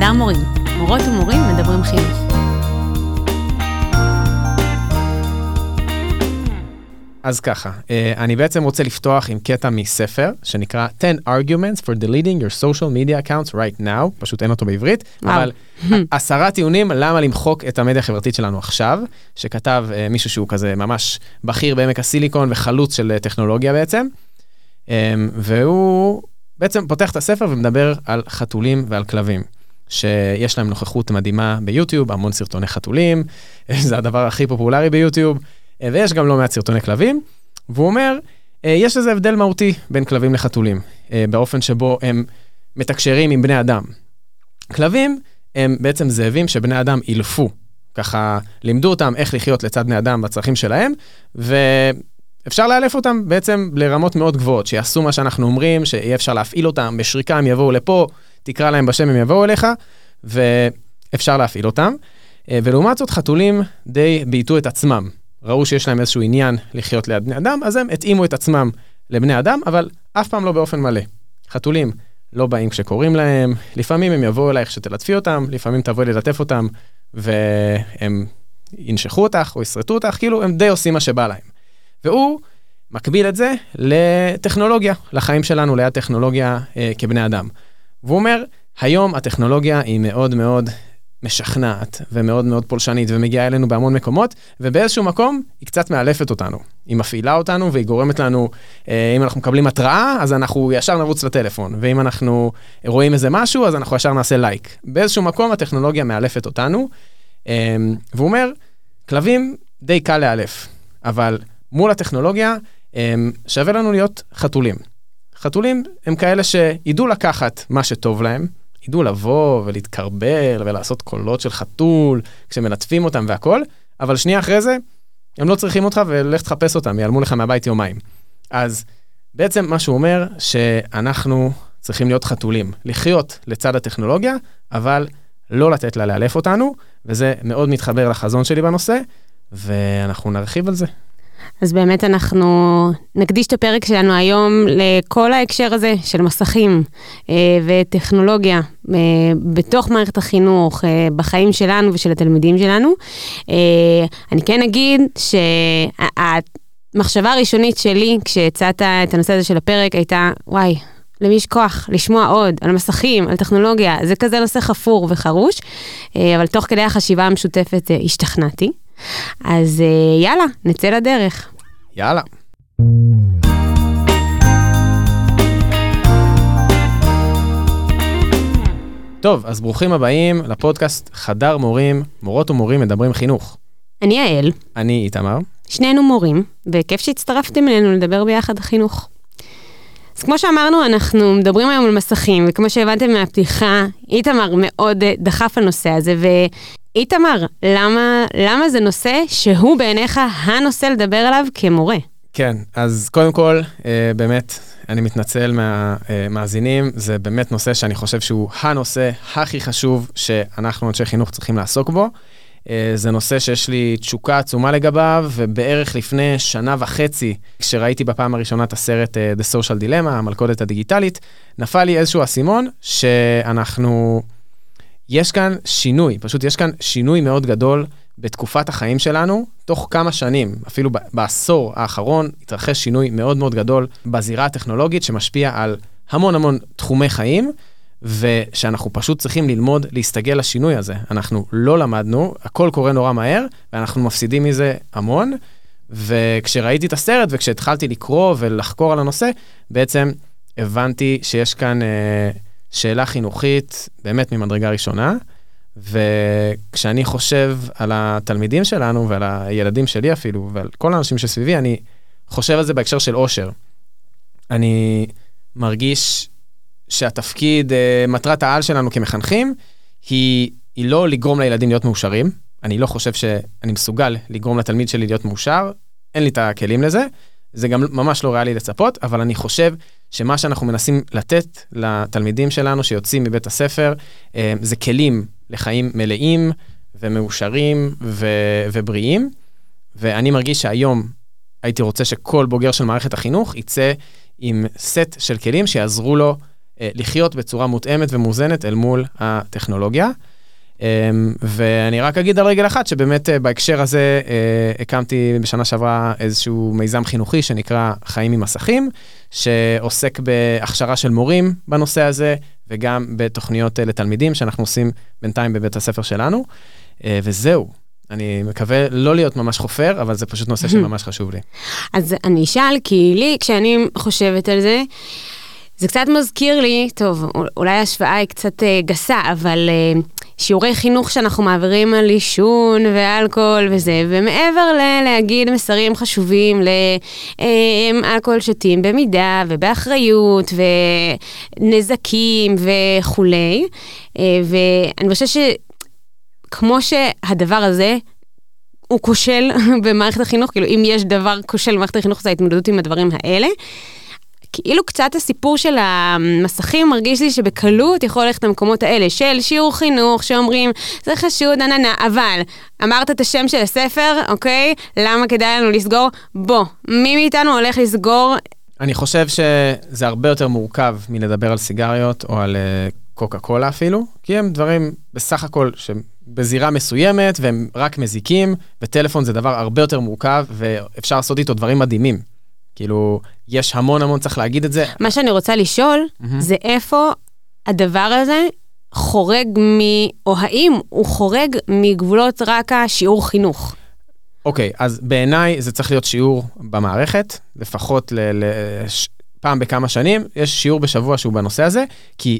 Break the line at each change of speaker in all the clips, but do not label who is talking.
חדר מורים, מורות ומורים מדברים חינוך.
אז ככה, אני בעצם רוצה לפתוח עם קטע מספר, שנקרא 10 Arguments for Deleting Your Social Media Accounts Right Now, פשוט אין אותו בעברית, אבל 10 טיעונים למה למחוק את המדיה החברתית שלנו עכשיו, שכתב מישהו שהוא כזה ממש בכיר בעמק הסיליקון וחלוץ של טכנולוגיה בעצם, והוא בעצם פותח את הספר ומדבר על חתולים ועל כלבים, שיש להם נוכחות מדהימה ביוטיוב, המון סרטוני חתולים, זה הדבר הכי פופולרי ביוטיוב, ויש גם לא מעט סרטוני כלבים, והוא אומר, יש איזה הבדל מהותי בין כלבים לחתולים, באופן שבו הם מתקשרים עם בני אדם. כלבים הם בעצם זאבים שבני אדם אילפו, ככה לימדו אותם איך לחיות לצד בני אדם בצרכים שלהם, ואפשר לאלף אותם בעצם לרמות מאוד גבוהות, שיעשו מה שאנחנו אומרים, שיהיה אפשר להפעיל אותם בשריקה, הם יבואו לפה, תקרא להם בשם, הם יבואו אליך, ואפשר להפעיל אותם. ולעומת זאת, חתולים די ביטו את עצמם. ראו שיש להם איזשהו עניין לחיות ליד בני אדם, אז הם התאימו את עצמם לבני אדם, אבל אף פעם לא באופן מלא. חתולים לא באים כשקוראים להם, לפעמים הם יבואו אלייך שתלטפי אותם, לפעמים תבואי ללטף אותם, והם ינשכו אותך או יסרטו אותך, כאילו הם די עושים מה שבא להם. והוא מקביל את זה לטכנולוגיה, לחיים שלנו ליד טכנולוגיה כבני אדם. והוא אומר, היום הטכנולוגיה היא מאוד מאוד משכנעת ומאוד מאוד פולשנית ומגיעה אלינו בהמון מקומות, ובאיזשהו מקום היא קצת מאלפת אותנו. היא מפעילה אותנו והיא גורמת לנו, אם אנחנו מקבלים התראה, אז אנחנו ישר נרוץ לטלפון, ואם אנחנו רואים איזה משהו, אז אנחנו ישר נעשה לייק. באיזשהו מקום הטכנולוגיה מאלפת אותנו, והוא אומר, כלבים די קל לאלף, אבל מול הטכנולוגיה שווה לנו להיות חתולים. חתולים הם כאלה שידעו לקחת מה שטוב להם, ידעו לבוא ולהתקרבל ולעשות קולות של חתול, כשמלטפים אותם והכל, אבל שנייה אחרי זה, הם לא צריכים אותך ולך תחפש אותם, יעלמו לך מהבית יומיים. אז בעצם מה שהוא אומר, שאנחנו צריכים להיות חתולים, לחיות לצד הטכנולוגיה, אבל לא לתת לה לאלף אותנו, וזה מאוד מתחבר לחזון שלי בנושא, ואנחנו נרחיב על זה.
אז באמת אנחנו נקדיש את הפרק שלנו היום לכל ההקשר הזה של מסכים וטכנולוגיה בתוך מערכת החינוך, בחיים שלנו ושל התלמידים שלנו. אני כן אגיד שהמחשבה הראשונית שלי כשהצעת את הנושא הזה של הפרק הייתה, וואי, למי יש כוח לשמוע עוד על מסכים, על טכנולוגיה, זה כזה נושא חפור וחרוש, אבל תוך כדי החשיבה המשותפת השתכנעתי. אז יאללה, נצא לדרך.
יאללה. טוב, אז ברוכים הבאים לפודקאסט חדר מורים, מורות ומורים מדברים חינוך.
אני יעל.
אני איתמר.
שנינו מורים, וכיף שהצטרפתם אלינו לדבר ביחד החינוך. אז כמו שאמרנו, אנחנו מדברים היום על מסכים, וכמו שהבנתם מהפתיחה, איתמר מאוד דחף הנושא הזה, איתמר, למה זה נושא שהוא בעיניך הנושא לדבר עליו כמורה?
כן, אז קודם כל, באמת, אני מתנצל מהמאזינים, זה באמת נושא שאני חושב שהוא הנושא הכי חשוב שאנחנו אנשי חינוך צריכים לעסוק בו. זה נושא שיש לי תשוקה עצומה לגביו, ובערך לפני 1.5 שנה, כשראיתי בפעם הראשונה את הסרט The Social Dilemma, המלכודת הדיגיטלית, נפל לי איזשהו אסימון יש כאן שינוי, פשוט יש כאן שינוי מאוד גדול בתקופת החיים שלנו, תוך כמה שנים, אפילו בעשור האחרון, התרחש שינוי מאוד מאוד גדול בזירה הטכנולוגית, שמשפיע על המון המון תחומי חיים, ושאנחנו פשוט צריכים ללמוד להסתגל לשינוי הזה. אנחנו לא למדנו, הכל קורה נורא מהר, ואנחנו מפסידים מזה המון, וכשראיתי את הסרט, וכשהתחלתי לקרוא ולחקור על הנושא, בעצם הבנתי שיש כאן שאלה חינוכית באמת ממדרגה ראשונה, וכשאני חושב על התלמידים שלנו ועל הילדים שלי אפילו, ועל כל האנשים שסביבי, אני חושב על זה בהקשר של אושר. אני מרגיש שהתפקיד, מטרת העל שלנו כמחנכים, היא לא לגרום לילדים להיות מאושרים. אני לא חושב שאני מסוגל לגרום לתלמיד שלי להיות מאושר, אין לי את הכלים לזה, זה גם ממש לא ריאלי לצפות, אבל אני חושב שמה שאנחנו מנסים לתת לתלמידים שלנו שיוצאים מבית הספר, זה כלים לחיים מלאים ומאושרים ובריאים, ואני מרגיש שהיום הייתי רוצה שכל בוגר של מערכת החינוך יצא עם סט של כלים שיעזרו לו לחיות בצורה מותאמת ומוזנת אל מול הטכנולוגיה. ואני רק אגיד על רגל אחת, שבאמת בהקשר הזה הקמתי בשנה שעברה איזשהו מיזם חינוכי שנקרא חיים עם מסכים, שעוסק בהכשרה של מורים בנושא הזה, וגם בתוכניות לתלמידים שאנחנו עושים בינתיים בבית הספר שלנו, וזהו. אני מקווה לא להיות ממש חופר, אבל זה פשוט נושא שממש חשוב לי.
אז אני אשאל, כי לי, כשאני חושבת על זה, זה קצת מזכיר לי, טוב, אולי ההשוואה היא קצת גסה, אבל שיעורי חינוך שאנחנו מעבירים על עישון ואלכוהול וזה, ומעבר להגיד מסרים חשובים לאלכוהול שתים במידה ובאחריות ונזקים וכולי, ואני חושבת שכמו שהדבר הזה הוא כושל במערכת החינוך, כאילו אם יש דבר כושל במערכת החינוך זה ההתמודדות עם הדברים האלה, כאילו קצת הסיפור של המסכים מרגיש לי שבקלות יכול ללכת למקומות האלה, של שיעור חינוך שאומרים, זה חשוד, אבל אמרת את השם של הספר, אוקיי? למה כדאי לנו לסגור? בוא, מי מאיתנו הולך לסגור?
אני חושב שזה הרבה יותר מורכב מלדבר על סיגריות או על קוקה קולה אפילו, כי הם דברים בסך הכל שבזירה מסוימת והם רק מזיקים, וטלפון זה דבר הרבה יותר מורכב ואפשר לעשות איתו דברים מדהימים. כאילו, יש המון צריך להגיד את זה.
מה שאני רוצה לשאול, זה איפה הדבר הזה חורג או האם הוא חורג מגבולות רק השיעור חינוך?
אוקיי, אז בעיניי זה צריך להיות שיעור במערכת, לפחות פעם בכמה שנים, יש שיעור בשבוע שהוא בנושא הזה, כי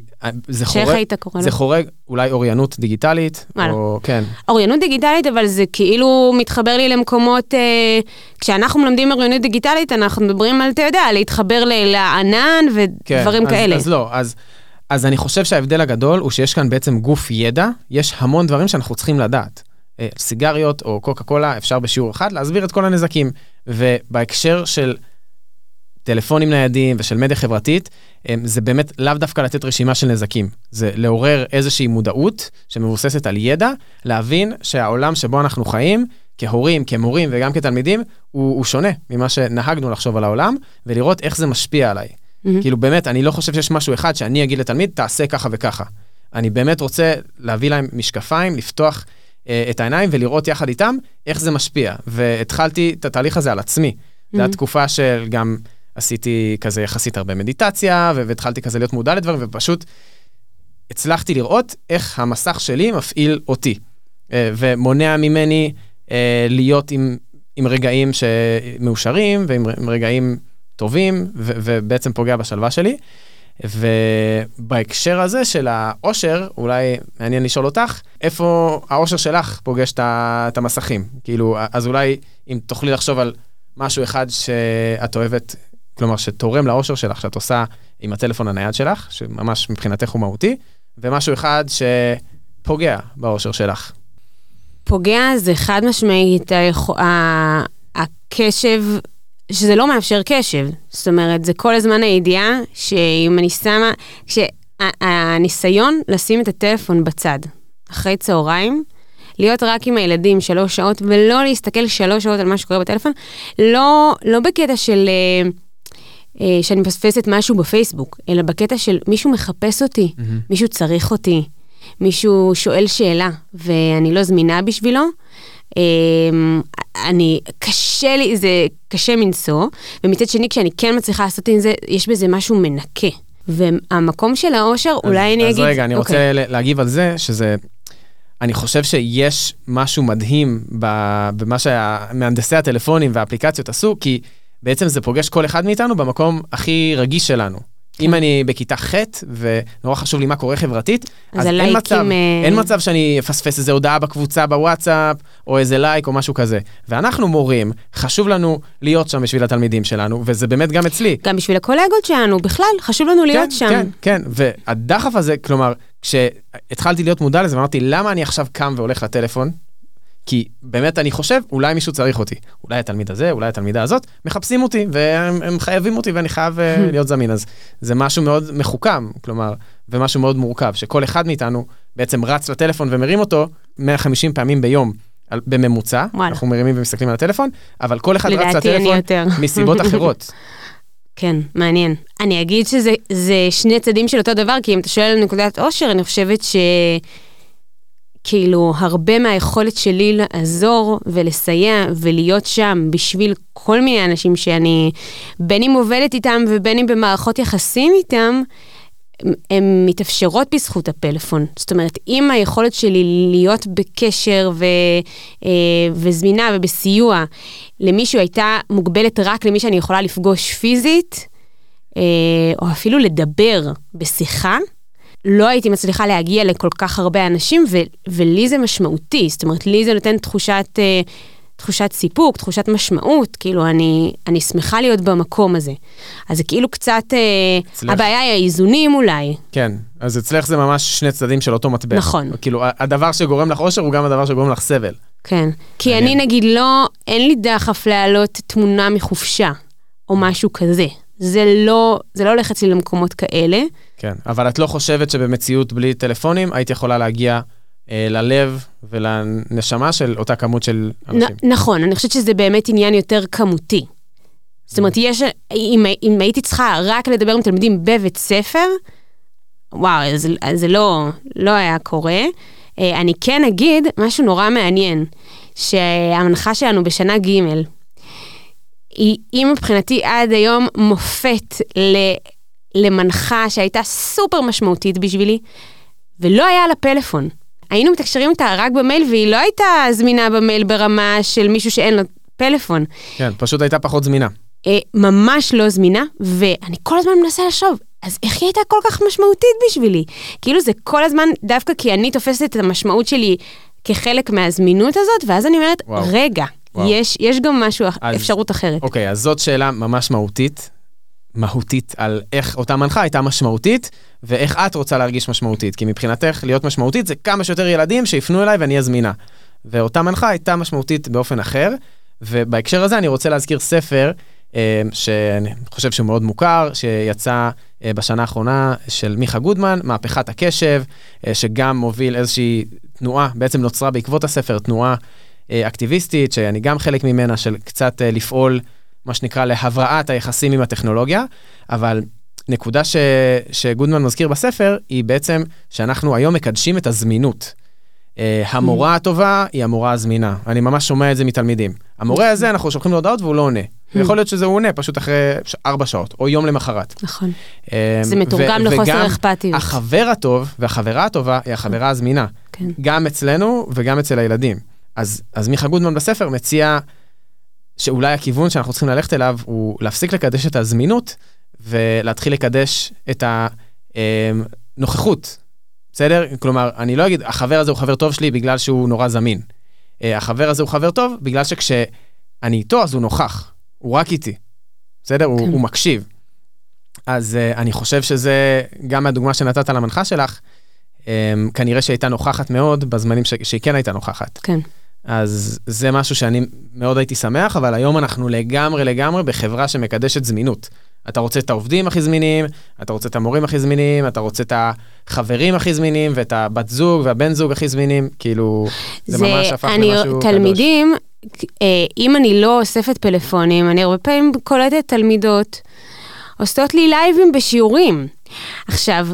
זה חורג אולי אוריינות דיגיטלית, או כן.
אוריינות דיגיטלית, אבל זה כאילו מתחבר לי למקומות, כשאנחנו מלמדים אוריינות דיגיטלית, אנחנו מדברים על, אתה יודע, להתחבר לענן ודברים כאלה.
אז לא, אז אני חושב שההבדל הגדול הוא שיש כאן בעצם גוף ידע, יש המון דברים שאנחנו צריכים לדעת. סיגריות או קוקה קולה, אפשר בשיעור אחד להסביר את כל הנזקים, ובהקשר של טלפונים ניידים ושל מדיה חברתית, זה באמת לאו דווקא לתת רשימה של נזקים. זה לעורר איזושהי מודעות שמבוססת על ידע, להבין שהעולם שבו אנחנו חיים, כהורים, כמורים וגם כתלמידים, הוא שונה ממה שנהגנו לחשוב על העולם, ולראות איך זה משפיע עליי. כאילו באמת, אני לא חושב שיש משהו אחד שאני אגיד לתלמיד, תעשה ככה וככה. אני באמת רוצה להביא להם משקפיים, לפתוח את העיניים ולראות יחד איתם איך זה משפיע. והתחלתי את התהליך הזה על עצמי. זו התקופה של גם עשיתי כזה יחסית הרבה מדיטציה, והתחלתי כזה להיות מודע לדברים, ופשוט הצלחתי לראות איך המסך שלי מפעיל אותי, ומונע ממני להיות עם רגעים שמאושרים, ועם רגעים טובים, ובעצם פוגע בשלווה שלי. ובהקשר הזה של האושר, אולי מעניין לשאול אותך, איפה האושר שלך פוגש את המסכים? כאילו, אז אולי אם תוכלי לחשוב על משהו אחד שאת אוהבת, כלומר, שתורם לאושר שלך, שאת עושה עם הטלפון הנייד שלך, שממש מבחינתך הוא מהותי, ומשהו אחד שפוגע באושר שלך.
פוגע זה חד משמעית הקשב, שזה לא מאפשר קשב. זאת אומרת, זה כל הזמן הידיעה שאם אני שמה, שהניסיון לשים את הטלפון בצד, אחרי צהריים, להיות רק עם הילדים 3 שעות, ולא להסתכל 3 שעות על מה שקורה בטלפון, לא בקטע של שאני מפספסת משהו בפייסבוק, אלא בקטע של מישהו מחפש אותי, מישהו צריך אותי, מישהו שואל שאלה, ואני לא זמינה בשבילו, קשה לי, זה קשה מנסוע, ומצד שני, כשאני כן מצליחה לעשות עם זה, יש בזה משהו מנקה. והמקום של האושר, אולי אני אגיד...
אז רגע, אני רוצה להגיב על זה, שזה... אני חושב שיש משהו מדהים במה שהמהנדסי הטלפונים והאפליקציות עשו, כי בעצם זה פוגש כל אחד מאיתנו במקום הכי רגיש שלנו. אם אני בכיתה ח' ונורא חשוב לי מה קורה חברתית, אז אין מצב שאני אפספס איזו הודעה בקבוצה בוואטסאפ, או איזה לייק או משהו כזה. ואנחנו מורים, חשוב לנו להיות שם בשביל התלמידים שלנו, וזה באמת גם אצלי.
גם בשביל הקולגות שלנו, בכלל, חשוב לנו להיות שם.
כן, כן, והדחף הזה, כלומר, כשהתחלתי להיות מודע לזה, אמרתי, למה אני עכשיו קם והולך לטלפון? כי באמת אני חושב, אולי מישהו צריך אותי. אולי התלמיד הזה, אולי התלמידה הזאת, מחפשים אותי, והם חייבים אותי, ואני חייב להיות זמין. אז זה משהו מאוד מחוכם, כלומר, ומשהו מאוד מורכב, שכל אחד מאיתנו בעצם רץ לטלפון ומרים אותו 150 פעמים ביום, בממוצע. אנחנו מרימים ומסתכלים על הטלפון, אבל כל אחד רץ לטלפון מסיבות אחרות.
כן, מעניין. אני אגיד שזה שני צדים של אותו דבר, כי אם אתה שואל על נקודת אושר, אני חושבת כאילו הרבה מהיכולת שלי לעזור ולסייע ולהיות שם בשביל כל מיני אנשים שאני בין אם עובדת איתם ובין אם במערכות יחסים איתם, הן מתאפשרות בזכות הפלאפון. זאת אומרת, אם היכולת שלי להיות בקשר וזמינה ובסיוע למישהו הייתה מוגבלת רק למי שאני יכולה לפגוש פיזית, או אפילו לדבר בשיחה, לא הייתי מצליחה להגיע לכל כך הרבה אנשים, ולי זה משמעותי. זאת אומרת, לי זה נותן תחושת סיפוק, תחושת משמעות, כאילו אני שמחה להיות במקום הזה. אז זה כאילו קצת, הבעיה היא האיזונים אולי.
כן, אז אצלך זה ממש שני צדדים של אותו מטבע.
נכון.
כאילו, הדבר שגורם לך אושר הוא גם הדבר שגורם לך סבל.
כן, כי אני נגיד אין לי דחף להעלות תמונה מחופשה, או משהו כזה. זה לא הולך אצלי למקומות כאלה.
כן, אבל את לא חושבת שבמציאות בלי טלפונים, היית יכולה להגיע ללב ולנשמה של אותה כמות של אנשים.
נכון, אני חושבת שזה באמת עניין יותר כמותי. זאת אומרת, אם הייתי צריכה רק לדבר עם תלמידים בבית ספר, וואו, זה לא היה קורה. אני כן אגיד משהו נורא מעניין, שהמנחה שלנו בשנה ג' היא מבחינתי עד היום מופת למנחה שהייתה סופר משמעותית בשבילי, ולא היה לה פלאפון. היינו מתקשרים איתה רק במייל, והיא לא הייתה זמינה במייל ברמה של מישהו שאין לו פלאפון.
כן, פשוט הייתה פחות זמינה.
ממש לא זמינה, ואני כל הזמן מנסה לחשוב, אז איך היא הייתה כל כך משמעותית בשבילי? כאילו זה כל הזמן, דווקא כי אני תופסת את המשמעות שלי כחלק מהזמינות הזאת, ואז אני אומרת, רגע, יש גם משהו, אפשרות אחרת.
אוקיי, אז זאת שאלה ממש מהותית על איך אותה מנחה הייתה משמעותית, ואיך את רוצה להרגיש משמעותית. כי מבחינתך, להיות משמעותית זה כמה שיותר ילדים שיפנו אליי ואני אזמינה. ואותה מנחה הייתה משמעותית באופן אחר, ובהקשר הזה אני רוצה להזכיר ספר, שאני חושב שהוא מאוד מוכר, שיצא בשנה האחרונה של מיכה גודמן, מהפכת הקשב, שגם מוביל איזושהי תנועה, בעצם נוצרה בעקבות הספר, תנועה אקטיביסטית, שאני גם חלק ממנה של קצת לפעול, מה שנקרא להבראת היחסים עם הטכנולוגיה, אבל נקודה שגודמן מזכיר בספר, היא בעצם שאנחנו היום מקדשים את הזמינות. המורה הטובה היא המורה הזמינה. אני ממש שומע את זה מתלמידים. המורה הזה אנחנו שולחים לו הודעות והוא לא עונה. יכול להיות שזה הוא עונה פשוט אחרי 4 שעות, או יום למחרת.
נכון. זה מתורגם לחוסר אכפתיות.
החבר הטוב והחברה הטובה היא החברה הזמינה. גם אצלנו וגם אצל הילדים. אז מיכה גודמן בספר מציע שאולי הכיוון שאנחנו צריכים ללכת אליו הוא להפסיק לקדש את הזמינות, ולהתחיל לקדש את הנוכחות. בסדר? כלומר, אני לא אגיד, החבר הזה הוא חבר טוב שלי בגלל שהוא נורא זמין. החבר הזה הוא חבר טוב בגלל שכשאני איתו אז הוא נוכח. הוא רק איתי. בסדר? הוא מקשיב. אז אני חושב שזה, גם מהדוגמה שנתת על המנחה שלך, כנראה שהייתה נוכחת מאוד בזמנים שהיא כן הייתה נוכחת.
כן.
אז זה משהו שאני מאוד הייתי שמח, אבל היום אנחנו לגמרי בחברה שמקדשת זמינות. אתה רוצה את העובדים הכי זמינים, אתה רוצה את המורים הכי זמינים, אתה רוצה את החברים הכי זמינים, ואת הבת זוג והבן זוג הכי זמינים, כאילו, זה ממש הפך למשהו קדוש.
תלמידים, אם אני לא אוספת פלאפונים, אני הרבה פעמים קולטת תלמידות, עושות לי לייבים בשיעורים. עכשיו,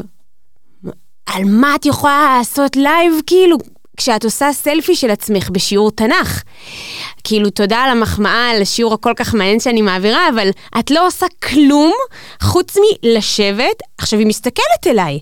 על מה את יכולה לעשות לייב, כאילו, כשאת עושה סלפי של עצמך בשיעור תנ"ך? כאילו, תודה על המחמאה, על השיעור הכל כך מעניין שאני מעבירה, אבל את לא עושה כלום חוץ מלשבת. עכשיו, היא מסתכלת אליי.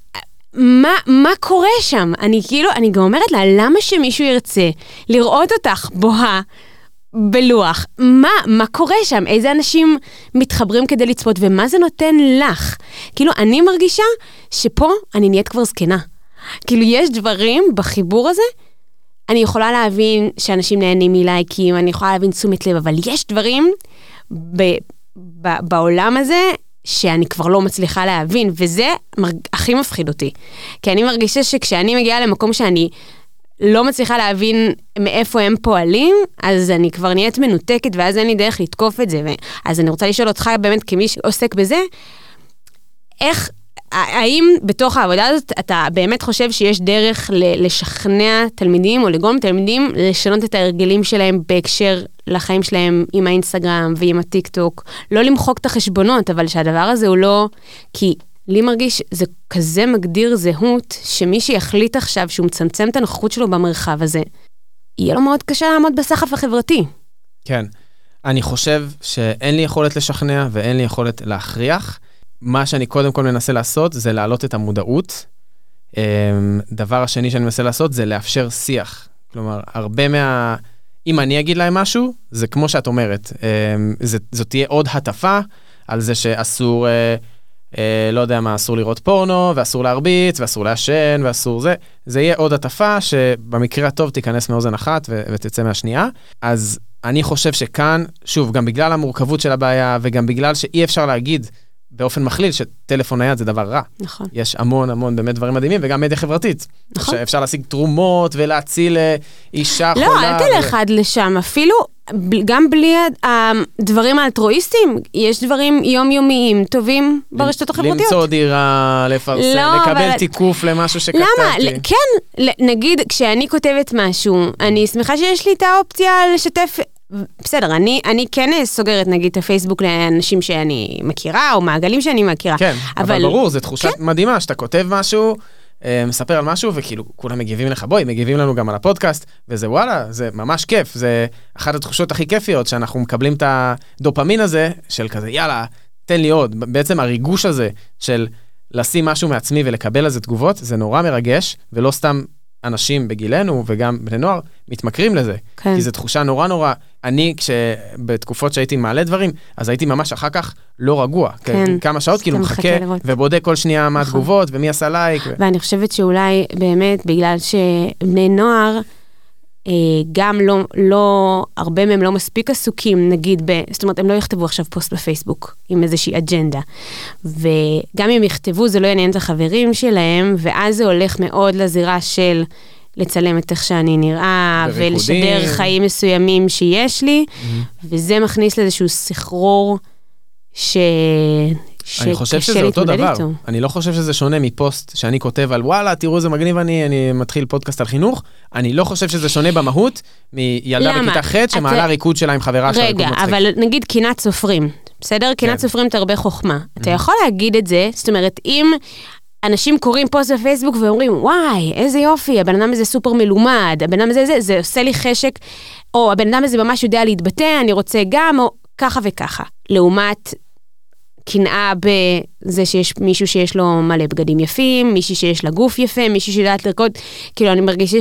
מה קורה שם? אני גם אומרת לה, למה שמישהו ירצה לראות אותך בוהה בלוח? מה קורה שם? איזה אנשים מתחברים כדי לצפות, ומה זה נותן לך? כאילו, אני מרגישה שפה אני נהיית כבר זקנה. כאילו, יש דברים בחיבור הזה, אני יכולה להבין שאנשים נהנים מלייקים, אני יכולה להבין תשומת לב, אבל יש דברים בעולם הזה שאני כבר לא מצליחה להבין, וזה הכי מפחיד אותי. כי אני מרגישה שכשאני מגיעה למקום שאני לא מצליחה להבין מאיפה הם פועלים, אז אני כבר נהיית מנותקת, ואז אין לי דרך לתקוף את זה. אז אני רוצה לשאול אותך באמת כמי שעוסק בזה, האם בתוך העבודה הזאת אתה באמת חושב שיש דרך לשכנע תלמידים או לגרום תלמידים לשנות את ההרגלים שלהם בהקשר לחיים שלהם עם האינסטגרם ועם הטיק טוק, לא למחוק את החשבונות, אבל שהדבר הזה הוא לא, כי לי מרגיש, זה כזה מגדיר זהות, שמי שיחליט עכשיו שהוא מצמצם את הנוכחות שלו במרחב הזה, יהיה לו מאוד קשה לעמוד בסחף החברתי.
כן. אני חושב שאין לי יכולת לשכנע ואין לי יכולת להכריח. מה שאני קודם כל מנסה לעשות זה להעלות את המודעות. דבר השני שאני מנסה לעשות זה לאפשר שיח. כלומר, אם אני אגיד להם משהו, זה כמו שאת אומרת, זאת תהיה עוד הטפה על זה שאסור, לא יודע מה, אסור לראות פורנו, ואסור להרביץ, ואסור לעשן, ואסור זה. זה יהיה עוד הטפה שבמקרה הטוב תיכנס מאוזן אחת ותצא מהשנייה. אז אני חושב שכאן, שוב, גם בגלל המורכבות של הבעיה, וגם בגלל שאי אפשר להגיד באופן מכליל שטלפון נייד זה דבר רע.
נכון.
יש המון באמת דברים מדהימים, וגם מדיה חברתית.
נכון.
שאפשר להשיג תרומות ולהציל אישה
חולה. לא, אל תלך עד לשם. אפילו, גם בלי הדברים האלטרואיסטים, יש דברים יומיומיים טובים ברשתות החברתיות.
למצוא דירה, לפרסם, לקבל תיקוף למשהו שכתבתי.
למה? כן, נגיד, כשאני כותבת משהו, אני שמחה שיש לי את האופציה לשתף. בסדר, אני כן סוגרת נגיד את הפייסבוק לאנשים שאני מכירה, או מעגלים שאני מכירה.
כן, אבל ברור, זו תחושה מדהימה, שאתה כותב משהו, מספר על משהו, וכאילו כולם מגיבים לך, בואי, מגיבים לנו גם על הפודקאסט, וזה וואלה, זה ממש כיף, זה אחת התחושות הכי כיפיות, שאנחנו מקבלים את הדופמין הזה, של כזה, יאללה, תן לי עוד. בעצם הריגוש הזה, של לשים משהו מעצמי ולקבל על זה תגובות, זה נורא מרגש, ולא סתם אנשים בגילנו, וגם בני נוער, מתמכרים לזה.
כן.
כי זו תחושה נורא, אני, בתקופות שהייתי מעלה דברים, אז הייתי ממש אחר כך לא רגוע.
כן.
כמה שעות, כאילו מחכה, ובודק כל שנייה מה התגובות, ומי עשה לייק.
ואני חושבת שאולי באמת, בגלל שבני נוער, גם לא, הרבה מהם לא מספיק עסוקים, נגיד, זאת אומרת, הם לא יכתבו עכשיו פוסט בפייסבוק, עם איזושהי אג'נדה. וגם אם יכתבו, זה לא יעניין את החברים שלהם, ואז זה הולך מאוד לזירה של לצלם את איך שאני נראה, ולשדר חיים מסוימים שיש לי, וזה מכניס לאיזשהו סחרור
אני חושב שזה אותו דבר. אני לא חושב שזה שונה מפוסט שאני כותב על וואלה, תראו איזה מגניב אני מתחיל פודקאסט על חינוך. אני לא חושב שזה שונה במהות מילדה בכיתה ח' שמעלה ריקוד שלה עם חברה שלה.
רגע, אבל נגיד קינת סופרים. בסדר? קינת סופרים תרבה חוכמה. אתה יכול להגיד את זה, זאת אומרת, אם אנשים קוראים פוסט בפייסבוק ואומרים, וואי, איזה יופי, הבן אדם הזה סופר מלומד, הבן אדם הזה, זה עושה לי חשק, או הבן אדם הזה ממש יודע להתבטא, אני רוצה גם, או ככה וככה. לעומת קנאה בזה שיש מישהו שיש לו מלא בגדים יפים, מישהו שיש לה גוף יפה, מישהו שיודעת לרקוד, כאילו אני מרגישה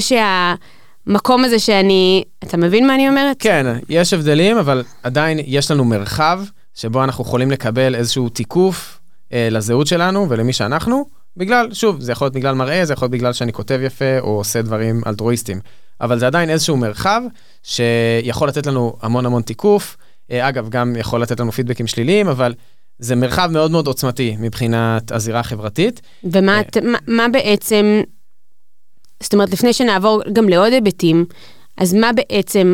שהמקום הזה אתה מבין מה אני אומרת?
כן, יש הבדלים, אבל עדיין יש לנו מרחב, שבו אנחנו יכולים לקבל איזשהו תיקוף לזהות שלנו ולמי שאנחנו, בגלל, שוב, זה יכול להיות בגלל מראה, זה יכול להיות בגלל שאני כותב יפה, או עושה דברים אלטרואיסטיים, אבל זה עדיין איזשהו מרחב, שיכול לתת לנו המון תיקוף, אגב, גם יכול לתת לנו פידבקים שליליים, אבל זה מרחב מאוד מאוד עוצמתי מבחינת הזירה החברתית.
ומה בעצם, זאת אומרת, לפני שנעבור גם לעוד היבטים, אז מה בעצם,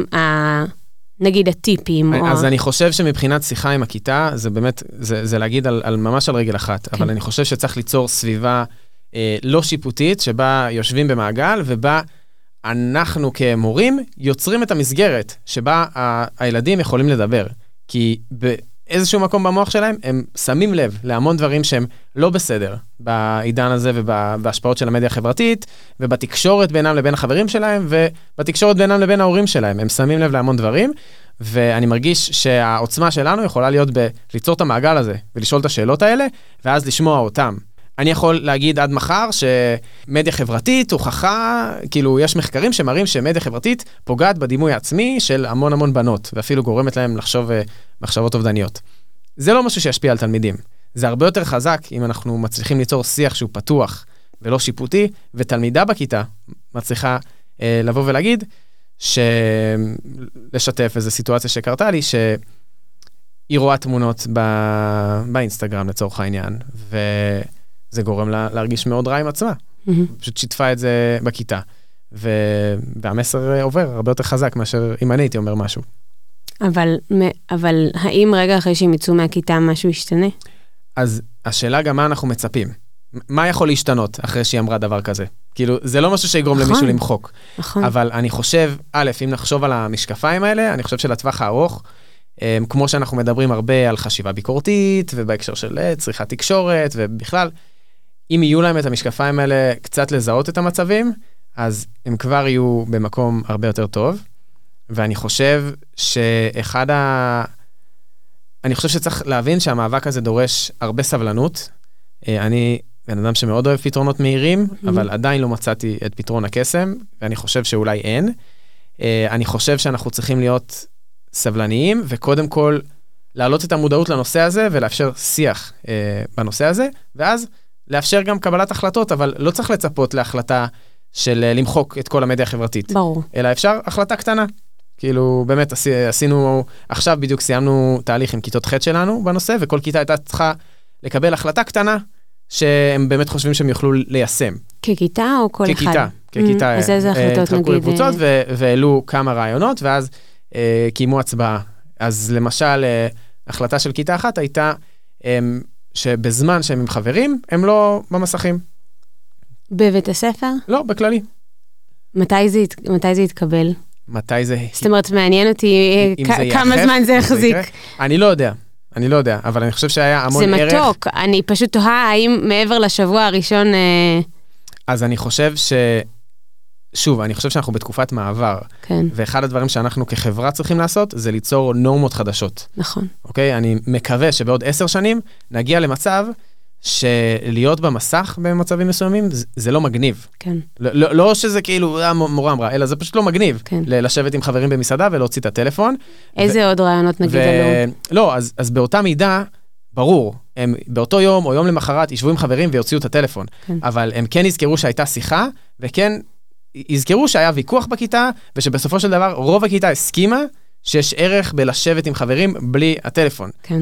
נגיד, הטיפים?
אז אני חושב שמבחינת שיחה עם הכיתה, זה באמת, זה להגיד ממש על רגל אחת, אבל אני חושב שצריך ליצור סביבה לא שיפוטית, שבה יושבים במעגל, ובה אנחנו כמורים יוצרים את המסגרת, שבה הילדים יכולים לדבר. כי איזשהו מקום במוח שלהם, הם שמים לב להמון דברים שהם לא בסדר בעידן הזה ובהשפעות של המדיה החברתית, ובתקשורת בינם לבין החברים שלהם, ובתקשורת בינם לבין ההורים שלהם. הם שמים לב להמון דברים, ואני מרגיש שהעוצמה שלנו יכולה להיות ליצור את המעגל הזה, ולשאול את השאלות האלה, ואז לשמוע אותם. אני יכול להגיד עד מחר שמדיה חברתית הוכחה, כאילו יש מחקרים שמראים שמדיה חברתית פוגעת בדימוי העצמי של המון בנות, ואפילו גורמת להם לחשוב מחשבות אובדניות. זה לא משהו שישפיע על תלמידים. זה הרבה יותר חזק אם אנחנו מצליחים ליצור שיח שהוא פתוח ולא שיפוטי, ותלמידה בכיתה מצליחה לבוא ולהגיד, לשתף איזו סיטואציה שקרתה לי, שהיא רואה תמונות באינסטגרם לצורך העניין, זה גורם לה להרגיש מאוד רע עם עצמה. פשוט שיתפה את זה בכיתה. והמסר עובר הרבה יותר חזק מאשר אם אני הייתי אומר משהו.
אבל האם רגע אחרי שהם יצאו מהכיתה משהו ישתנה?
אז השאלה גם מה אנחנו מצפים. מה יכול להשתנות אחרי שהיא אמרה דבר כזה? כאילו, זה לא משהו שיגרום
נכון.
למישהו למחוק.
נכון.
אבל אני חושב, א', אם נחשוב על המשקפיים האלה, אני חושב שלטווח הארוך, כמו שאנחנו מדברים הרבה על חשיבה ביקורתית, ובהקשר של צריכת תקשורת, ובכלל, אם יהיו להם את המשקפיים האלה קצת לזהות את המצבים, אז הם כבר יהיו במקום הרבה יותר טוב. ואני חושב אני חושב שצריך להבין שהמאבק הזה דורש הרבה סבלנות. אני בן אדם שמאוד אוהב פתרונות מהירים, אבל עדיין לא מצאתי את פתרון הקסם, ואני חושב שאולי אין. אני חושב שאנחנו צריכים להיות סבלניים, וקודם כל להעלות את המודעות לנושא הזה, ולאפשר שיח בנושא הזה, ואז לאפשר גם קבלת החלטות, אבל לא צריך לצפות להחלטה של למחוק את כל המדיה החברתית.
ברור.
אלא אפשר החלטה קטנה. כאילו, באמת עשינו, עכשיו בדיוק סיימנו תהליך עם כיתות ח' שלנו בנושא, וכל כיתה הייתה צריכה לקבל החלטה קטנה, שהם באמת חושבים שהם יוכלו ליישם.
ככיתה או כל אחד?
ככיתה.
אז איזה החלטות נגיד?
התחלקו לקבוצות והעלו כמה רעיונות, ואז קיימו הצבעה. אז למשל, החלטה של כיתה אחת הייתה, שבזמן שהם עם חברים, הם לא במסכים.
בבית הספר?
לא, בכללי.
מתי זה יתקבל?
מתי זה...
זאת אומרת, מעניין אותי כמה זמן זה יחזיק.
אני לא יודע, אבל אני חושב שהיה המון ערך.
זה מתוק, אני פשוט תוהה האם מעבר לשבוע הראשון...
אז אני חושב שוב, אני חושב שאנחנו בתקופת מעבר.
כן.
ואחד הדברים שאנחנו כחברה צריכים לעשות, זה ליצור נורמות חדשות.
נכון.
אוקיי? אני מקווה שבעוד 10 שנים נגיע למצב שלהיות במסך במצבים מסוימים, זה לא מגניב.
כן.
לא שזה כאילו מורה אמרה, אלא זה פשוט לא מגניב.
כן.
לשבת עם חברים במסעדה ולהוציא את הטלפון.
איזה עוד רעיונות נגיד עלו?
לא, אז באותה מידה, ברור, הם באותו יום או יום למחרת ישבו עם חברים ויוציאו את הטלפון.
כן.
אבל הם כן יזכרו שהייתה שיחה, וכן יזכרו שהיה ויכוח בכיתה, ושבסופו של דבר רוב הכיתה הסכימה שיש ערך בלשבת עם חברים בלי הטלפון.
כן.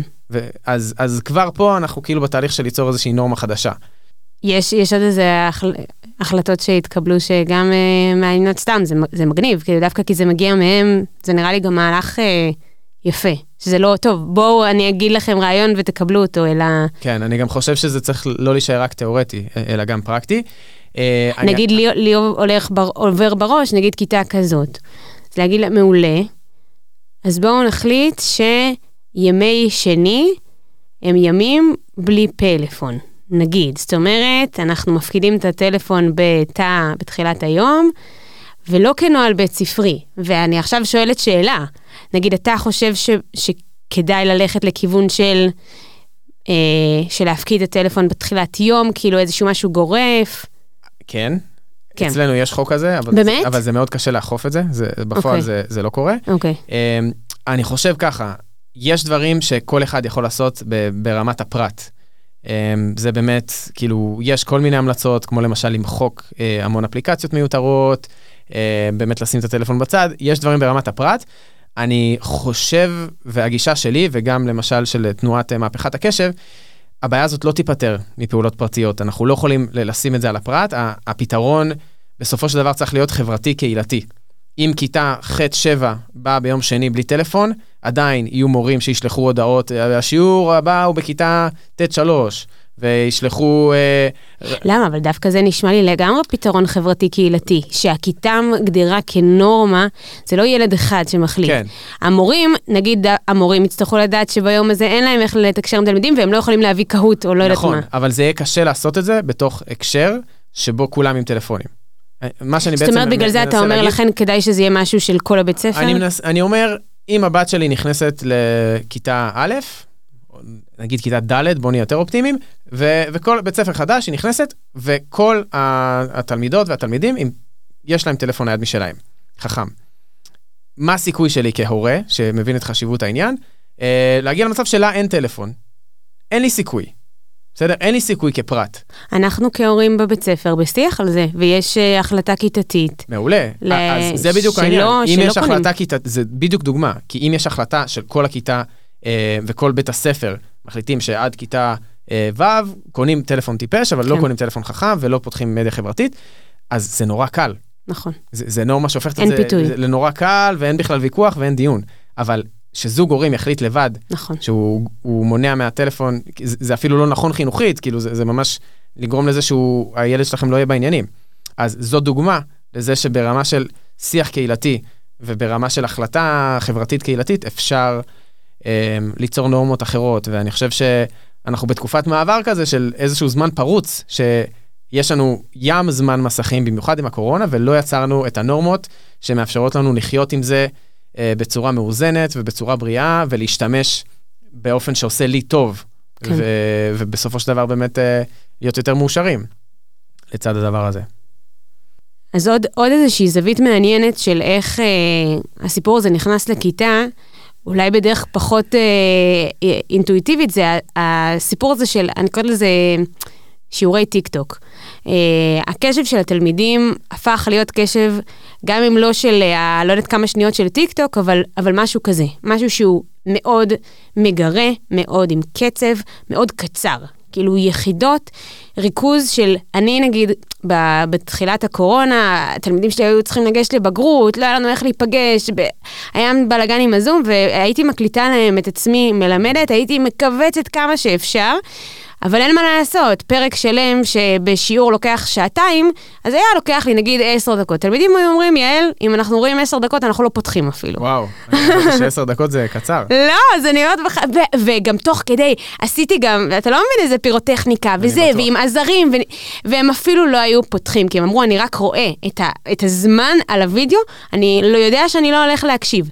אז כבר פה אנחנו כאילו בתהליך של ליצור איזושהי נורמה חדשה.
יש עוד איזה החלטות שהתקבלו שגם מעניינות סתם, זה מגניב, דווקא כי זה מגיע מהם, זה נראה לי גם מהלך יפה, שזה לא טוב, בואו אני אגיד לכם רעיון ותקבלו אותו, אלא... כן,
אני גם חושב שזה צריך לא להישאר רק תיאורטי, אלא גם פרקטי.
נגיד לי עובר בראש, נגיד כיתה כזאת, אז להגיד לה, מעולה, אז בואו נחליט שימי שני הם ימים בלי פלאפון. נגיד, זאת אומרת, אנחנו מפקידים את הטלפון בתחילת היום, ולא כנועל בית ספרי. ואני עכשיו שואלת שאלה, נגיד, אתה חושב שכדאי ללכת לכיוון של להפקיד את הטלפון בתחילת יום, כאילו איזשהו משהו גורף?
כן. אצלנו יש חוק כזה, אבל זה מאוד קשה לאכוף את זה, בפועל זה לא קורה. אני חושב ככה, יש דברים שכל אחד יכול לעשות ברמת הפרט. זה באמת, כאילו, יש כל מיני המלצות, כמו למשל למחוק המון אפליקציות מיותרות, באמת לשים את הטלפון בצד, יש דברים ברמת הפרט. אני חושב, והגישה שלי, וגם למשל של תנועת מהפכת הקשב, הבעיה הזאת לא תיפטר מפעולות פרטיות. אנחנו לא יכולים לשים את זה על הפרט. הפתרון בסופו של דבר צריך להיות חברתי קהילתי. אם כיתה ח'-7 באה ביום שני בלי טלפון, עדיין יהיו מורים שישלחו הודעות, השיעור הבא הוא בכיתה ט'-3, וישלחו...
למה? אבל דווקא זה נשמע לי לגמרי פתרון חברתי קהילתי, שהכיתה מגדירה כנורמה, זה לא ילד אחד שמחליט. כן. המורים, נגיד המורים יצטרכו לדעת שביום הזה אין להם איך לתקשר עם תלמידים, והם לא יכולים להביא קהות או לא יודעת מה.
נכון, אבל זה יהיה קשה לעשות את זה בתוך הקשר שבו כולם עם טלפונים.
זאת אומרת, בגלל זה אתה אומר לכן כדאי שזה יהיה משהו של כל הבית ספר?
אני אומר, אם הבת שלי נכנסת לכיתה א', נגיד כיתה ד', בוא נהיה יותר אופטימיים, וכל בית ספר חדש היא נכנסת, וכל התלמידות והתלמידים, יש להם טלפון נייד משלהם, חכם. מה הסיכוי שלי כהורה, שמבין את חשיבות העניין? להגיע למצב שלה אין טלפון. אין לי סיכוי. בסדר? אין לי סיכוי כפרט.
אנחנו כהורים בבית ספר בשיח על זה, ויש החלטה כיתתית.
מעולה. אז זה בדיוק העניין. אם יש החלטה כיתתית, זה בדיוק דוגמה, כי אם יש החלטה של כל הכיתה וכל בית הספר, מחליטים שעד כיתה ו' קונים טלפון טיפש, אבל לא קונים טלפון חכם ולא פותחים מדיה חברתית, אז זה נורא קל.
נכון.
זה נורמה שהופכת את זה לנורא קל, ואין בכלל ויכוח ואין דיון. אבל שזוג הורים יחליט לבד,
נכון.
שהוא מונע מהטלפון, זה אפילו לא נכון חינוכית, כאילו זה ממש לגרום לזה שהילד שלכם לא יהיה בעניינים. אז זו דוגמה לזה שברמה של שיח קהילתי, וברמה של החלטה חברתית קהילתית, אפשר ליצור נורמות אחרות, ואני חושב שאנחנו בתקופת מעבר כזה של איזשהו זמן פרוץ, שיש לנו ים זמן מסכים, במיוחד עם הקורונה, ולא יצרנו את הנורמות שמאפשרות לנו לחיות עם זה בצורה מאוזנת ובצורה בריאה, ולהשתמש באופן שעושה לי טוב, כן. ובסופו של דבר באמת להיות יותר מאושרים לצד הדבר הזה.
אז עוד איזושהי זווית מעניינת של איך הסיפור הזה נכנס לכיתה, אולי בדרך פחות אינטואיטיבית, זה הסיפור הזה של, אני קוראת לזה שיעורי טיק-טוק. הקשב של התלמידים הפך להיות קשב, גם אם לא של, לא יודעת כמה שניות של טיק-טוק, אבל משהו כזה, משהו שהוא מאוד מגרה, מאוד עם קצב, מאוד קצר. כאילו יחידות, ריכוז של, אני נגיד, בתחילת הקורונה, התלמידים שלי היו צריכים לגשת לבגרות, לא היה לנו איך להיפגש, היה בלגן עם הזום, והייתי מקליטה להם את עצמי מלמדת, הייתי מקבצת כמה שאפשר, אבל אין מה לעשות, פרק שלם שבשיעור לוקח שעתיים, אז היה לוקח לי נגיד 10 דקות. תלמידים היו אומרים, יעל, אם אנחנו רואים 10 דקות, אנחנו לא פותחים אפילו.
וואו, אני חושב ש10 דקות זה קצר.
לא, זה נראות וגם תוך כדי, עשיתי גם, אתה לא מבין איזה פירוטכניקה, וזה, ועם עזרים, והם אפילו לא היו פותחים, כי הם אמרו, אני רק רואה את הזמן על הוידאו, אני לא יודע שאני לא הולך להקשיב.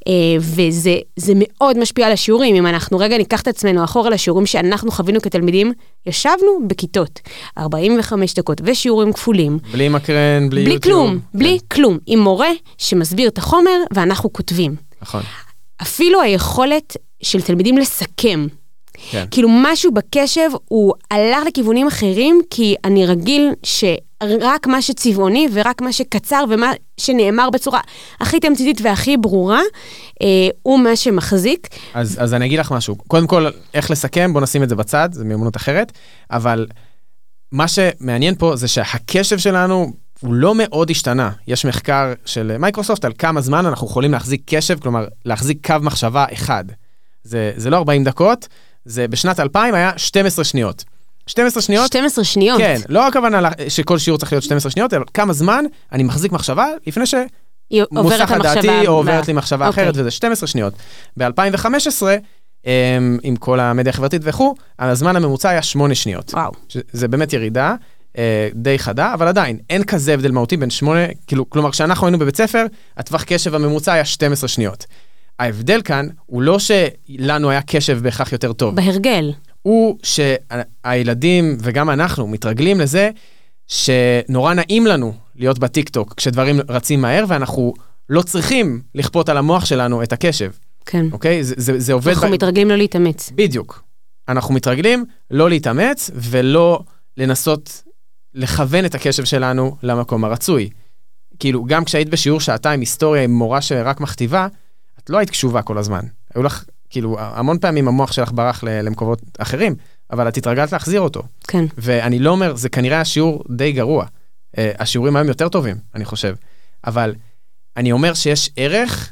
וזה מאוד משפיע על השיעורים, אם אנחנו רגע ניקח את עצמנו אחורה לשיעורים שאנחנו חווינו כתלמידים, ישבנו בכיתות, 45 דקות, ושיעורים כפולים.
בלי מקרן, בלי יוטיוב.
כלום, בלי כלום. עם מורה שמסביר את החומר, ואנחנו כותבים.
נכון.
אפילו היכולת של תלמידים לסכם.
כן.
כאילו משהו בקשב, הוא הלך לכיוונים אחרים, כי אני רגיל שרק מה שצבעוני, ורק מה שקצר, ומה שנאמר בצורה הכי תמציתית והכי ברורה, הוא מה שמחזיק.
אז אני אגיד לך משהו. קודם כל, איך לסכם, בוא נשים את זה בצד, זה מיומנות אחרת, אבל מה שמעניין פה זה שהקשב שלנו הוא לא מאוד השתנה. יש מחקר של מייקרוסופט על כמה זמן אנחנו יכולים להחזיק קשב, כלומר, להחזיק קו מחשבה אחד. זה לא 40 דקות, זה בשנת 2000 היה 12 שניות. 12 שניות?
12 שניות.
כן, לא הכוונה שכל שיעור צריך להיות 12 שניות, אלא כמה זמן אני מחזיק מחשבה לפני שמוסחת דעתי או עוברת לי מחשבה אחרת, וזה 12 שניות. ב-2015, עם כל המדיה החברתית וכו', הזמן הממוצע היה 8 שניות.
וואו.
זה באמת ירידה די חדה, אבל עדיין, אין כזה הבדל מהותי בין 8, כלומר, כשאנחנו היינו בבית ספר, הטווח קשב הממוצע היה 12 שניות. ההבדל כאן הוא לא שלנו היה קשב בהכרח יותר טוב.
בהרגל.
הוא שהילדים וגם אנחנו מתרגלים לזה שנורא נעים לנו להיות בטיק-טוק כשדברים רצים מהר, ואנחנו לא צריכים לכפות על המוח שלנו את הקשב.
כן.
אוקיי? זה עובד...
אנחנו מתרגלים לא להתאמץ.
בדיוק. אנחנו מתרגלים לא להתאמץ ולא לנסות לכוון את הקשב שלנו למקום הרצוי. כאילו, גם כשהיית בשיעור שעתיים היסטוריה עם מורה שרק מכתיבה, את לא היית קשובה כל הזמן. היו לך, כאילו, המון פעמים המוח שלך ברח למקומות אחרים, אבל את התרגלת להחזיר אותו.
כן.
ואני לא אומר, זה כנראה השיעור די גרוע. השיעורים היום יותר טובים, אני חושב. אבל אני אומר שיש ערך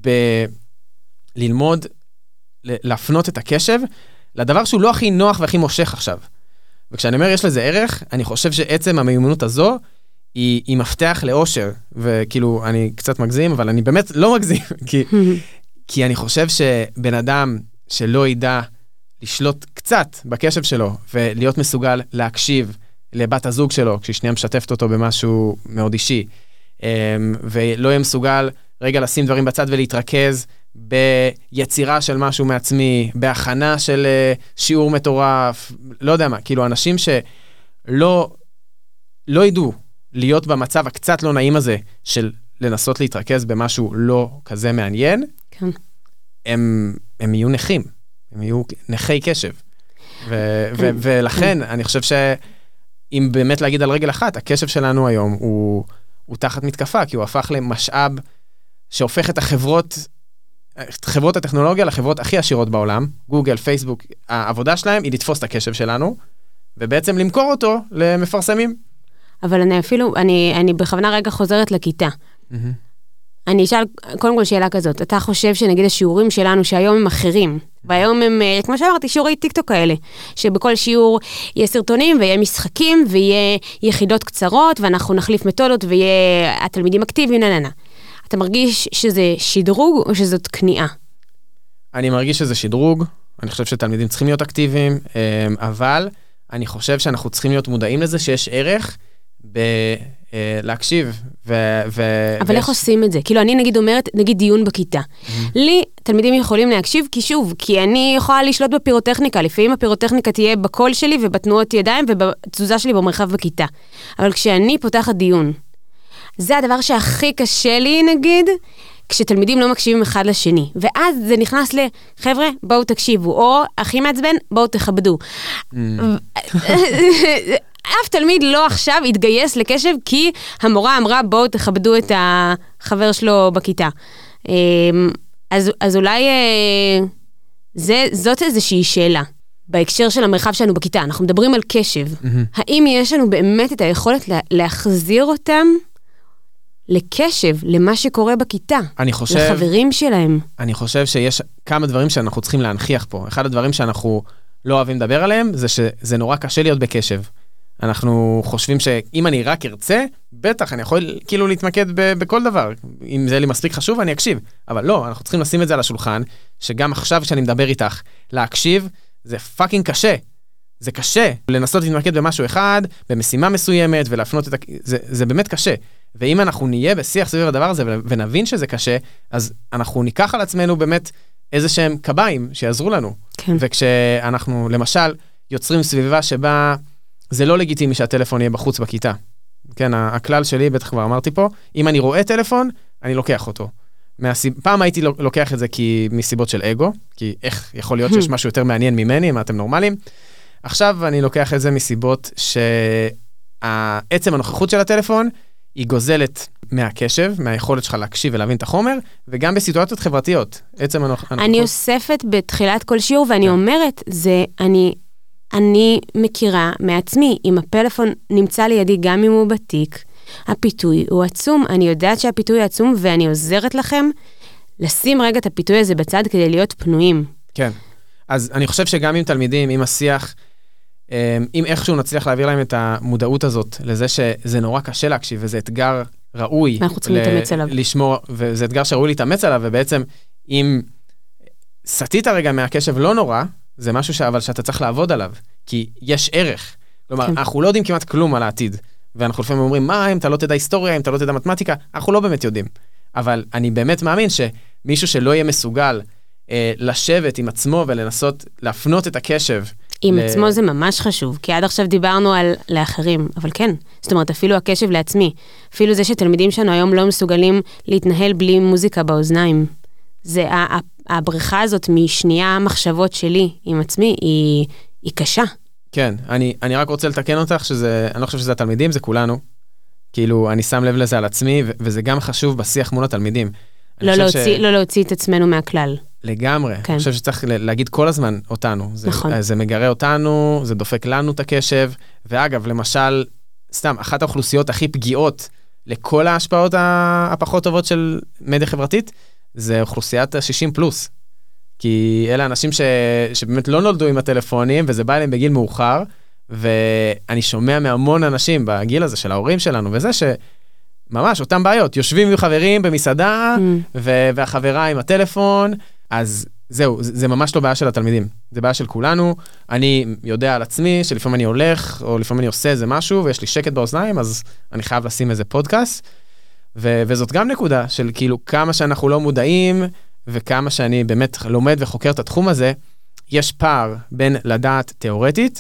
ללמוד, להפנות את הקשב, לדבר שהוא לא הכי נוח והכי מושך עכשיו. וכשאני אומר יש לזה ערך, אני חושב שעצם המיומנות הזו, היא מפתח לאושר, וכאילו, אני קצת מגזים, אבל אני באמת לא מגזים, כי אני חושב שבן אדם שלא ידע לשלוט קצת בקשב שלו, ולהיות מסוגל להקשיב לבת הזוג שלו, כשהיא שנייה משתפת אותו במשהו מאוד אישי, ולא יהיה מסוגל רגע לשים דברים בצד ולהתרכז ביצירה של משהו מעצמי, בהכנה של שיעור מטורף, לא יודע מה, כאילו אנשים שלא ידעו להיות במצב הקצת לא נעים הזה של לנסות להתרכז במשהו לא כזה מעניין,
כן.
הם יהיו נכים, הם יהיו נכי קשב. ולכן אני חושב שאם באמת להגיד על רגל אחת, הקשב שלנו היום הוא תחת מתקפה, כי הוא הפך למשאב שהופך את חברות הטכנולוגיה לחברות הכי עשירות בעולם, גוגל, פייסבוק, העבודה שלהם היא לתפוס את הקשב שלנו, ובעצם למכור אותו למפרסמים.
אבל אני בכוונה רגע חוזרת לכיתה. אני אשאל קודם כל שאלה כזאת, אתה חושב שנגיד השיעורים שלנו שהיום הם אחרים, והיום הם, כמו שאמרתי, שיעורי טיקטוק האלה, שבכל שיעור יהיה סרטונים ויהיה משחקים ויהיה יחידות קצרות, ואנחנו נחליף מתודות ויהיה התלמידים אקטיביים, נננה. אתה מרגיש שזה שדרוג או שזאת כניעה?
אני מרגיש שזה שדרוג, אני חושב שתלמידים צריכים להיות אקטיביים, אבל אני חושב שאנחנו צריכים להיות מודעים לזה שיש ערך להקשיב.
אבל איך עושים את זה? כאילו אני נגיד אומרת, נגיד דיון בכיתה. לי תלמידים יכולים להקשיב, כי שוב, כי אני יכולה לשלוט בפירוטכניקה, לפעמים הפירוטכניקה תהיה בקול שלי ובתנועות ידיים ובתזוזה שלי במרחב בכיתה. אבל כשאני פותחת דיון, זה הדבר שהכי קשה לי נגיד, כשתלמידים לא מקשיבים אחד לשני. ואז זה נכנס לחבר'ה, בואו תקשיבו, או הכי מעצבן, בואו תכבדו. אף תלמיד לא עכשיו יתגייס לקשב, כי המורה אמרה, בואו תכבדו את החבר שלו בכיתה. אז אולי זאת איזושהי שאלה. בהקשר של המרחב שלנו בכיתה, אנחנו מדברים על קשב. האם יש לנו באמת את היכולת להחזיר אותם לקשב, למה שקורה בכיתה, לחברים שלהם?
אני חושב שיש כמה דברים שאנחנו צריכים להנחיח פה. אחד הדברים שאנחנו לא אוהבים לדבר עליהם, זה שזה נורא קשה להיות בקשב. אנחנו חושבים שאם אני רק ארצה, בטח אני יכול כאילו להתמקד בכל דבר. אם זה לי מספיק חשוב, אני אקשיב. אבל לא, אנחנו צריכים לשים את זה על השולחן, שגם עכשיו כשאני מדבר איתך, להקשיב, זה פאקינג קשה. זה קשה. לנסות להתמקד במשהו אחד, במשימה מסוימת, ולהפנות את זה באמת קשה. ואם אנחנו נהיה בשיח סביב הדבר הזה, ונבין שזה קשה, אז אנחנו ניקח על עצמנו באמת איזה שהם קביים שיעזרו לנו.
כן.
וכשאנחנו, למשל, יוצרים סביבה שבה זה לא לגיטימי שהטלפון יהיה בחוץ בכיתה. כן, הכלל שלי, בטח כבר אמרתי פה, אם אני רואה טלפון, אני לוקח אותו. פעם הייתי לוקח את זה מסיבות של אגו, כי איך יכול להיות שיש משהו יותר מעניין ממני, אם אתם נורמליים. עכשיו אני לוקח את זה מסיבות שהעצם הנוכחות של הטלפון, היא גוזלת מהקשב, מהיכולת שלך להקשיב ולהבין את החומר, וגם בסיטואציות חברתיות. עצם הנוכחות.
אני אוספת בתחילת כל שיעור, ואני אומרת, אני מכירה מעצמי, אם הפלאפון נמצא לידי גם אם הוא בתיק, הפיתוי הוא עצום, אני יודעת שהפיתוי עצום, ואני עוזרת לכם לשים רגע את הפיתוי הזה בצד כדי להיות פנויים.
כן, אז אני חושב שגם עם תלמידים, עם השיח, אם איכשהו נצליח להעביר להם את המודעות הזאת, לזה שזה נורא קשה להקשיב, וזה אתגר ראוי לשמור, וזה אתגר שראוי להתאמץ עליו, ובעצם אם סטית רגע מהקשב לא נורא, זה משהו אבל שאתה צריך לעבוד עליו, כי יש ערך. כלומר, אנחנו לא יודעים כמעט כלום על העתיד, ואנחנו לפעמים אומרים, מה, אם אתה לא תדע היסטוריה, אם אתה לא תדע מתמטיקה, אנחנו לא באמת יודעים. אבל אני באמת מאמין שמישהו שלא יהיה מסוגל לשבת עם עצמו ולנסות להפנות את הקשב.
עם עצמו זה ממש חשוב, כי עד עכשיו דיברנו על לאחרים, אבל כן, זאת אומרת, אפילו הקשב לעצמי, אפילו זה שתלמידים שלנו היום לא מסוגלים להתנהל בלי מוזיקה באוזניים. זה הבריכה הזאת משנייה מחשבות שלי עם עצמי, היא קשה.
כן, אני רק רוצה לתקן אותך, אני לא חושב שזה התלמידים, זה כולנו. כאילו, אני שם לב לזה על עצמי, וזה גם חשוב בשיח מול התלמידים.
לא להוציא את עצמנו מהכלל.
לגמרי. כן. אני חושב שצריך להגיד כל הזמן אותנו.
נכון.
זה מגרה אותנו, זה דופק לנו את הקשב, ואגב, למשל, סתם, אחת האוכלוסיות הכי פגיעות לכל ההשפעות הפחות טובות של מדיה חברתית, זה אוכלוסיית ה-60 פלוס. כי אלה אנשים שבאמת לא נולדו עם הטלפונים, וזה בא אליהם בגיל מאוחר, ואני שומע מהמון אנשים בגיל הזה של ההורים שלנו, וזה שממש אותם בעיות, יושבים עם חברים במסעדה, והחברה עם הטלפון, אז זהו, זה ממש לא בעיה של התלמידים, זה בעיה של כולנו. אני יודע על עצמי שלפעמים אני הולך, או לפעמים אני עושה איזה משהו, ויש לי שקט באוזניים, אז אני חייב לשים איזה פודקאסט, וזאת גם נקודה של כאילו כמה שאנחנו לא מודעים, וכמה שאני באמת לומד וחוקר את התחום הזה, יש פער בין לדעת תיאורטית,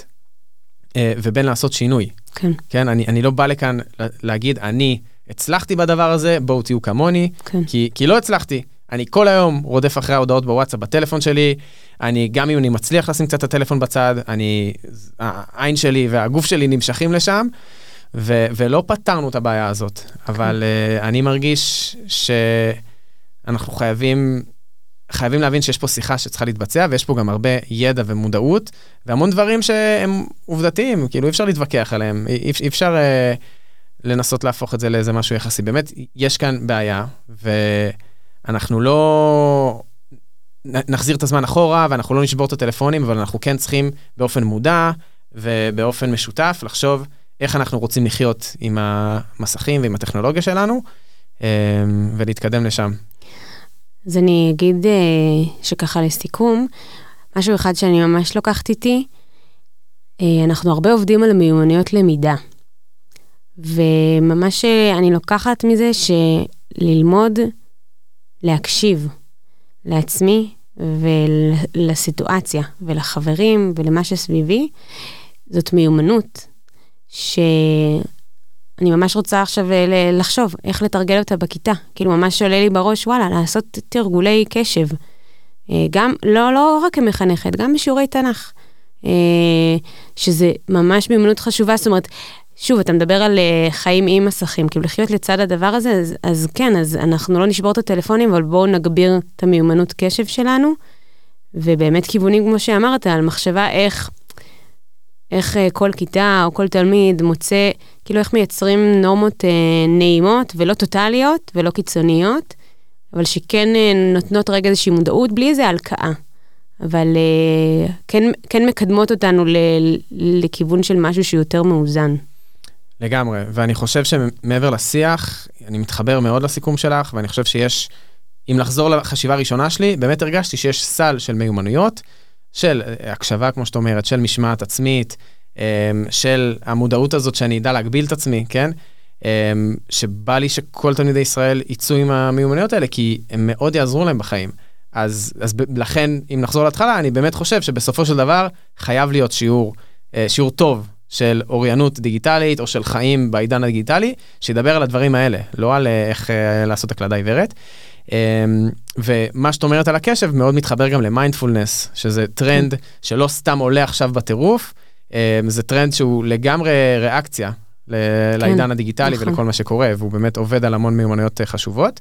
ובין לעשות שינוי.
כן.
כן, אני לא בא לכאן להגיד, אני הצלחתי בדבר הזה, בואו תהיו כמוני,
כן.
כי לא הצלחתי. אני כל היום רודף אחרי ההודעות בוואטסאפ בטלפון שלי, גם אם אני מצליח לשים קצת את הטלפון בצד, העין שלי והגוף שלי נמשכים לשם, ולא פתרנו את הבעיה הזאת. אבל אני מרגיש שאנחנו חייבים להבין שיש פה שיחה שצריכה להתבצע, ויש פה גם הרבה ידע ומודעות, והמון דברים שהם עובדתיים, כאילו אי אפשר להתווכח עליהם, אי אפשר לנסות להפוך את זה לאיזה משהו יחסי. באמת, יש כאן בעיה, ואנחנו לא נחזיר את הזמן אחורה, ואנחנו לא נשבור את הטלפונים, אבל אנחנו כן צריכים באופן מודע, ובאופן משותף, לחשוב איך אנחנו רוצים לחיות עם המסכים ועם הטכנולוגיה שלנו, ולהתקדם לשם.
אז אני אגיד שככה לסיכום, משהו אחד שאני ממש לוקחת איתי, אנחנו הרבה עובדים על מיומנויות למידה, וממש אני לוקחת מזה שללמוד להקשיב לעצמי ולסיטואציה ולחברים ולמה שסביבי, זאת מיומנות שאני ממש רוצה עכשיו לחשוב איך לתרגל אותה בכיתה. כאילו ממש עולה לי בראש, וואלה, לעשות תרגולי קשב. גם, לא רק כמחנכת, גם בשיעורי תנ"ך. שזה ממש מיומנות חשובה, זאת אומרת, שוב, אתה מדבר על חיים עם מסכים, כאילו לחיות לצד הדבר הזה, אז כן, אז אנחנו לא נשבור את הטלפונים, אבל בואו נגביר את המיומנות קשב שלנו, ובאמת כיוונים, כמו שאמרת, על מחשבה איך כל כיתה או כל תלמיד מוצא, כאילו איך מייצרים נורמות נעימות ולא טוטליות ולא קיצוניות, אבל שכן נותנות רגע איזושהי מודעות, בלי איזה הלקאה. אבל כן מקדמות אותנו לכיוון של משהו שיותר מאוזן.
לגמרי, ואני חושב שמעבר לשיח, אני מתחבר מאוד לסיכום שלך, ואני חושב שיש, אם לחזור לחשיבה הראשונה שלי, באמת הרגשתי שיש סל של מיומנויות, של הקשבה, כמו שאת אומרת, של משמעת עצמית, של המודעות הזאת שאני אדע להגביל את עצמי, כן? שבא לי שכל תלמידי ישראל יצאו עם המיומנויות האלה, כי הם מאוד יעזרו להם בחיים. אז לכן, אם נחזור להתחלה, אני באמת חושב שבסופו של דבר חייב להיות שיעור טוב של אוריינות דיגיטלית, או של חיים בעידן הדיגיטלי, שידבר על הדברים האלה, לא על איך לעשות הקלדה עיוורת. ומה שאת אומרת על הקשב מאוד מתחבר גם למיינדפולנס, שזה טרנד שלא סתם עולה עכשיו בטירוף, זה טרנד שהוא לגמרי ריאקציה לעידן הדיגיטלי ולכל מה שקורה, והוא באמת עובד על המון מיומנויות חשובות.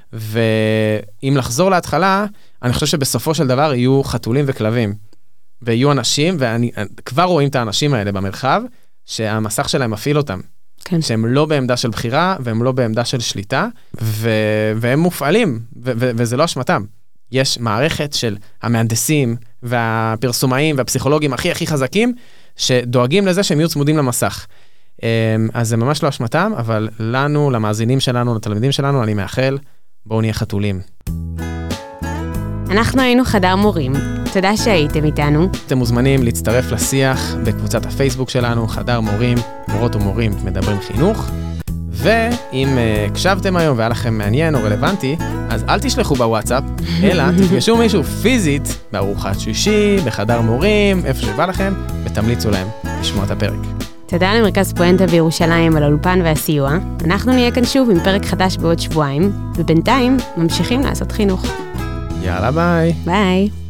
ואם לחזור להתחלה, אני חושב שבסופו של דבר יהיו חתולים וכלבים, ויהיו אנשים, ואני כבר רואים את האנשים האלה במרחב, שהמסך שלהם מפעיל אותם. כן. שהם לא בעמדה של בחירה, והם לא בעמדה של שליטה, והם מופעלים, וזה לא אשמתם. יש מערכת של המהנדסים, והפרסומאים, והפסיכולוגים הכי חזקים, שדואגים לזה שהם יהיו צמודים למסך. אז זה ממש לא אשמתם, אבל לנו, למאזינים שלנו, לתלמידים שלנו, אני מאחל, בואו נהיה חתולים.
אנחנו היינו חדר מורים. תודה שהייתם איתנו.
אתם מוזמנים להצטרף לשיח בקבוצת הפייסבוק שלנו, חדר מורים, מורות ומורים מדברים חינוך. ואם הקשבתם היום והיה לכם מעניין או רלוונטי, אז אל תשלחו בוואטסאפ, אלא תפגשו מישהו פיזית, בארוחת שישי, בחדר מורים, איפה שבא לכם, ותמליצו להם לשמוע את הפרק.
תודה למרכז פואנטה בירושלים על האולפן והסיוע. אנחנו נהיה כאן שוב עם פרק חדש בעוד שבועיים, ובינתיים ממשיכים לעשות חינוך.
יאללה ביי.
ביי.